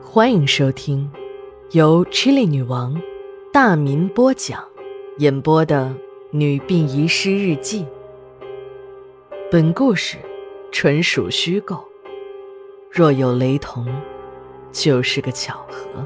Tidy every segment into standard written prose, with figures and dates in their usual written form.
欢迎收听由 Chili 女王大民播讲演播的女病遗失日记。本故事纯属虚构，若有雷同，就是个巧合。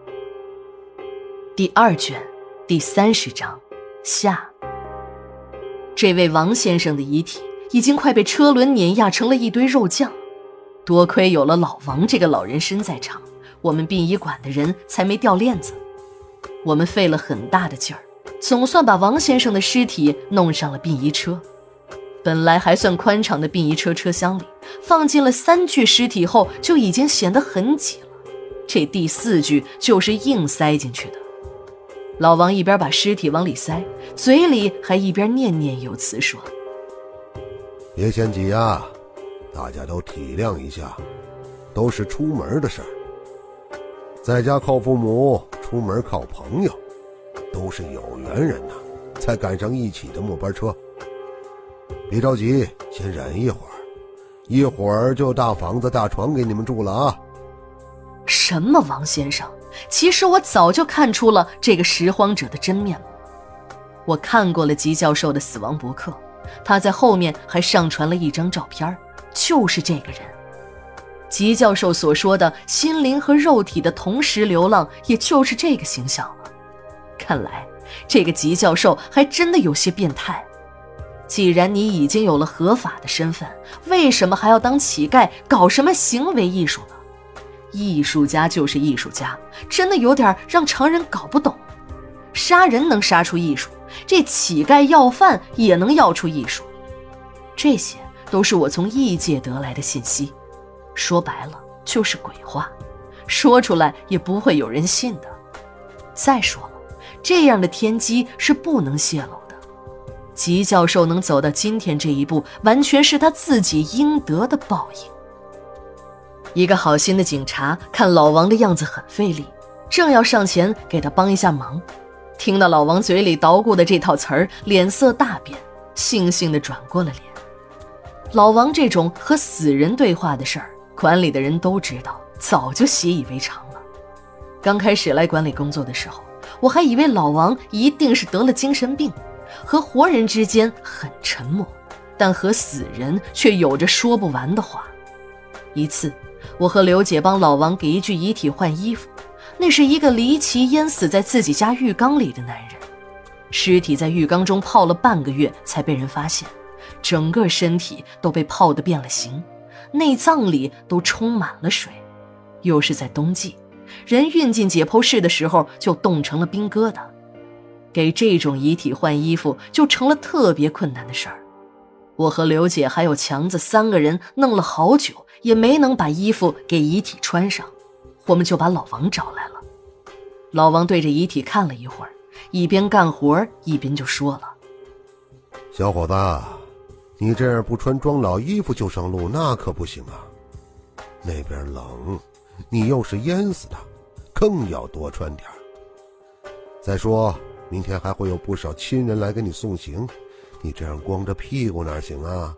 第2卷第30章下。这位王先生的遗体已经快被车轮碾压成了一堆肉酱，多亏有了老王这个老人参在场，我们殡仪馆的人才没掉链子。我们费了很大的劲儿，总算把王先生的尸体弄上了殡仪车。本来还算宽敞的殡仪车车厢里，放进了3具尸体后就已经显得很挤了，这第4具就是硬塞进去的。老王一边把尸体往里塞，嘴里还一边念念有词说： 别嫌挤呀，大家都体谅一下，都是出门的事儿。在家靠父母，出门靠朋友，都是有缘人呐，才赶上一起的末班车。别着急，先忍一会儿，一会儿就大房子大床给你们住了啊。 什么王先生？其实我早就看出了这个拾荒者的真面目。我看过了吉教授的死亡博客，他在后面还上传了一张照片，就是这个人。吉教授所说的心灵和肉体的同时流浪，也就是这个形象了。看来这个吉教授还真的有些变态。既然你已经有了合法的身份，为什么还要当乞丐，搞什么行为艺术呢？艺术家就是艺术家，真的有点让常人搞不懂。杀人能杀出艺术，这乞丐要饭也能要出艺术。这些都是我从异界得来的信息，说白了就是鬼话，说出来也不会有人信的。再说了，这样的天机是不能泄露的。吉教授能走到今天这一步，完全是他自己应得的报应。一个好心的警察看老王的样子很费力，正要上前给他帮一下忙，听到老王嘴里捣鼓的这套词儿，脸色大变，悻悻地转过了脸。老王这种和死人对话的事儿，馆里的人都知道，早就习以为常了。刚开始来馆里工作的时候，我还以为老王一定是得了精神病，和活人之间很沉默，但和死人却有着说不完的话。一次我和刘姐帮老王给一具遗体换衣服，那是一个离奇淹死在自己家浴缸里的男人，尸体在浴缸中泡了半个月才被人发现，整个身体都被泡得变了形，内脏里都充满了水，又是在冬季，人运进解剖室的时候就冻成了冰疙瘩。给这种遗体换衣服就成了特别困难的事儿。我和刘姐还有强子3个人弄了好久，也没能把衣服给遗体穿上，我们就把老王找来了。老王对着遗体看了一会儿，一边干活一边就说了： 小伙子，你这样不穿装老衣服就上路，那可不行啊。那边冷，你又是淹死的，更要多穿点。再说明天还会有不少亲人来给你送行，你这样光着屁股哪行啊？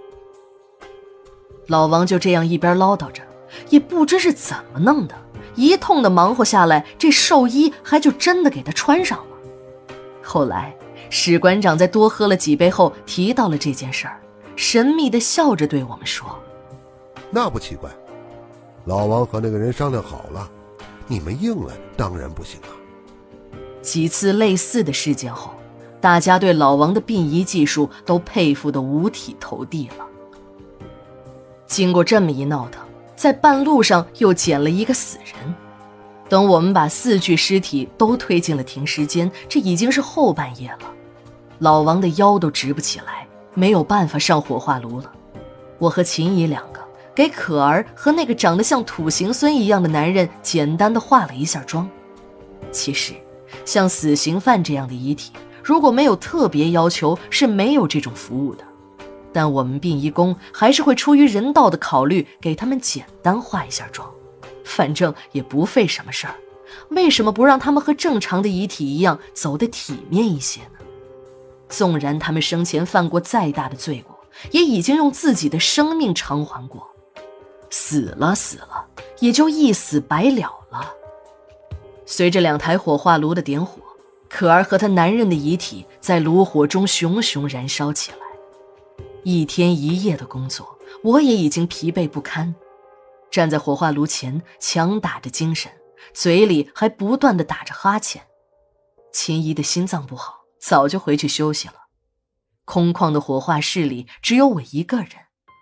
老王就这样一边唠叨着，也不知是怎么弄的，一通的忙活下来，这寿衣还就真的给他穿上了。后来史馆长在多喝了几杯后提到了这件事儿，神秘地笑着对我们说： 那不奇怪，老王和那个人商量好了，你们应了当然不行啊。 几次类似的事件后，大家对老王的殡仪技术都佩服得五体投地了。经过这么一闹腾，在半路上又捡了一个死人。等我们把4具尸体都推进了停尸间，这已经是后半夜了。老王的腰都直不起来，没有办法上火化炉了。我和秦姨2个给可儿和那个长得像土行孙一样的男人简单的化了一下妆。其实像死刑犯这样的遗体，如果没有特别要求，是没有这种服务的。但我们殡仪工还是会出于人道的考虑，给他们简单化一下妆，反正也不费什么事儿，为什么不让他们和正常的遗体一样走得体面一些呢？纵然他们生前犯过再大的罪过，也已经用自己的生命偿还过。死了， 也就一死百了了。随着2台火化炉的点火，可儿和她男人的遗体在炉火中熊熊燃烧起来。一天一夜的工作，我也已经疲惫不堪，站在火化炉前强打着精神，嘴里还不断地打着哈欠。秦姨的心脏不好，早就回去休息了。空旷的火化室里只有我一个人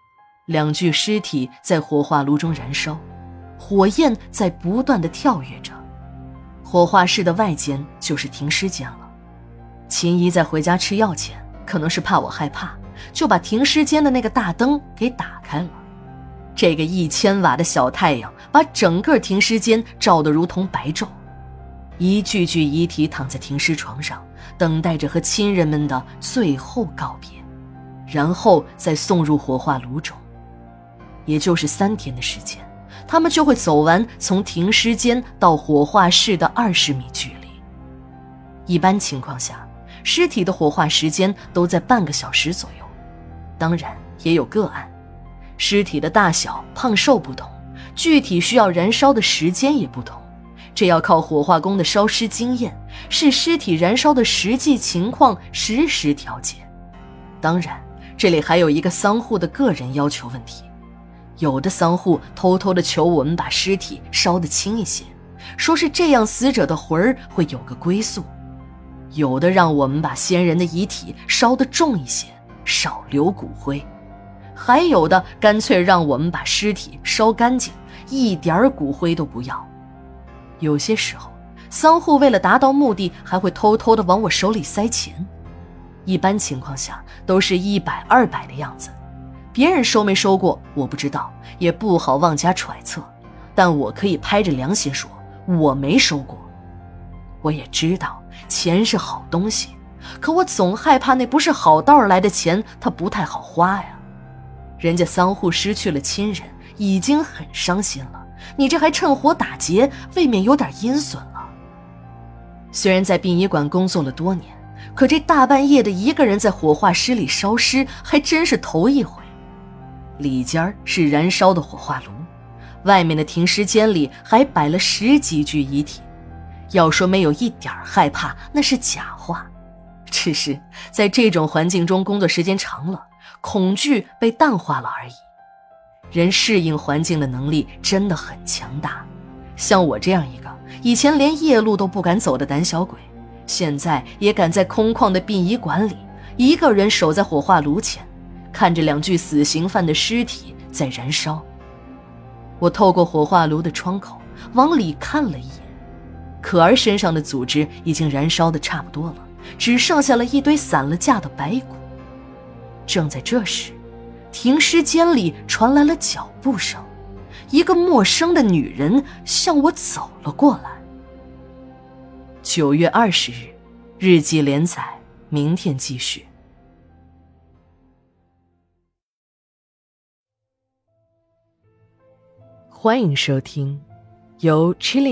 ，2具尸体在火化炉中燃烧，火焰在不断地跳跃着。火化室的外间就是停尸间了。秦姨在回家吃药前，可能是怕我害怕，就把停尸间的那个大灯给打开了。这个1000瓦的小太阳把整个停尸间照得如同白昼。一具具遗体躺在停尸床上，等待着和亲人们的最后告别，然后再送入火化炉中。也就是3天的时间，他们就会走完从停尸间到火化室的20米距离。一般情况下，尸体的火化时间都在半个小时左右，当然也有个案，尸体的大小、胖瘦不同，具体需要燃烧的时间也不同，这要靠火化工的烧尸经验，视尸体燃烧的实际情况实时调节。当然，这里还有一个丧户的个人要求问题，有的丧户偷偷地求我们把尸体烧得轻一些，说是这样死者的魂儿会有个归宿；有的让我们把先人的遗体烧得重一些，少留骨灰；还有的干脆让我们把尸体烧干净，一点骨灰都不要。有些时候，丧户为了达到目的，还会偷偷地往我手里塞钱。一般情况下都是100、200的样子，别人收没收过我不知道，也不好妄加揣测，但我可以拍着良心说，我没收过。我也知道钱是好东西，可我总害怕那不是好道来的钱，它不太好花呀。人家丧户失去了亲人，已经很伤心了，你这还趁火打劫，未免有点阴损了。虽然在殡仪馆工作了多年，可这大半夜的一个人在火化室里烧尸，还真是头一回。里间是燃烧的火化炉，外面的停尸间里还摆了10几具遗体。要说没有一点害怕，那是假话。只是在这种环境中工作时间长了，恐惧被淡化了而已。人适应环境的能力真的很强大。像我这样一个以前连夜路都不敢走的胆小鬼，现在也敢在空旷的殡仪馆里，一个人守在火化炉前，看着2具死刑犯的尸体在燃烧。我透过火化炉的窗口往里看了一眼，可儿身上的组织已经燃烧得差不多了，只剩下了一堆散了架的白骨。正在这时，停尸间里传来了脚步声，一个陌生的女人向我走了过来。9月20日，日记连载，明天继续。欢迎收听由 Chilling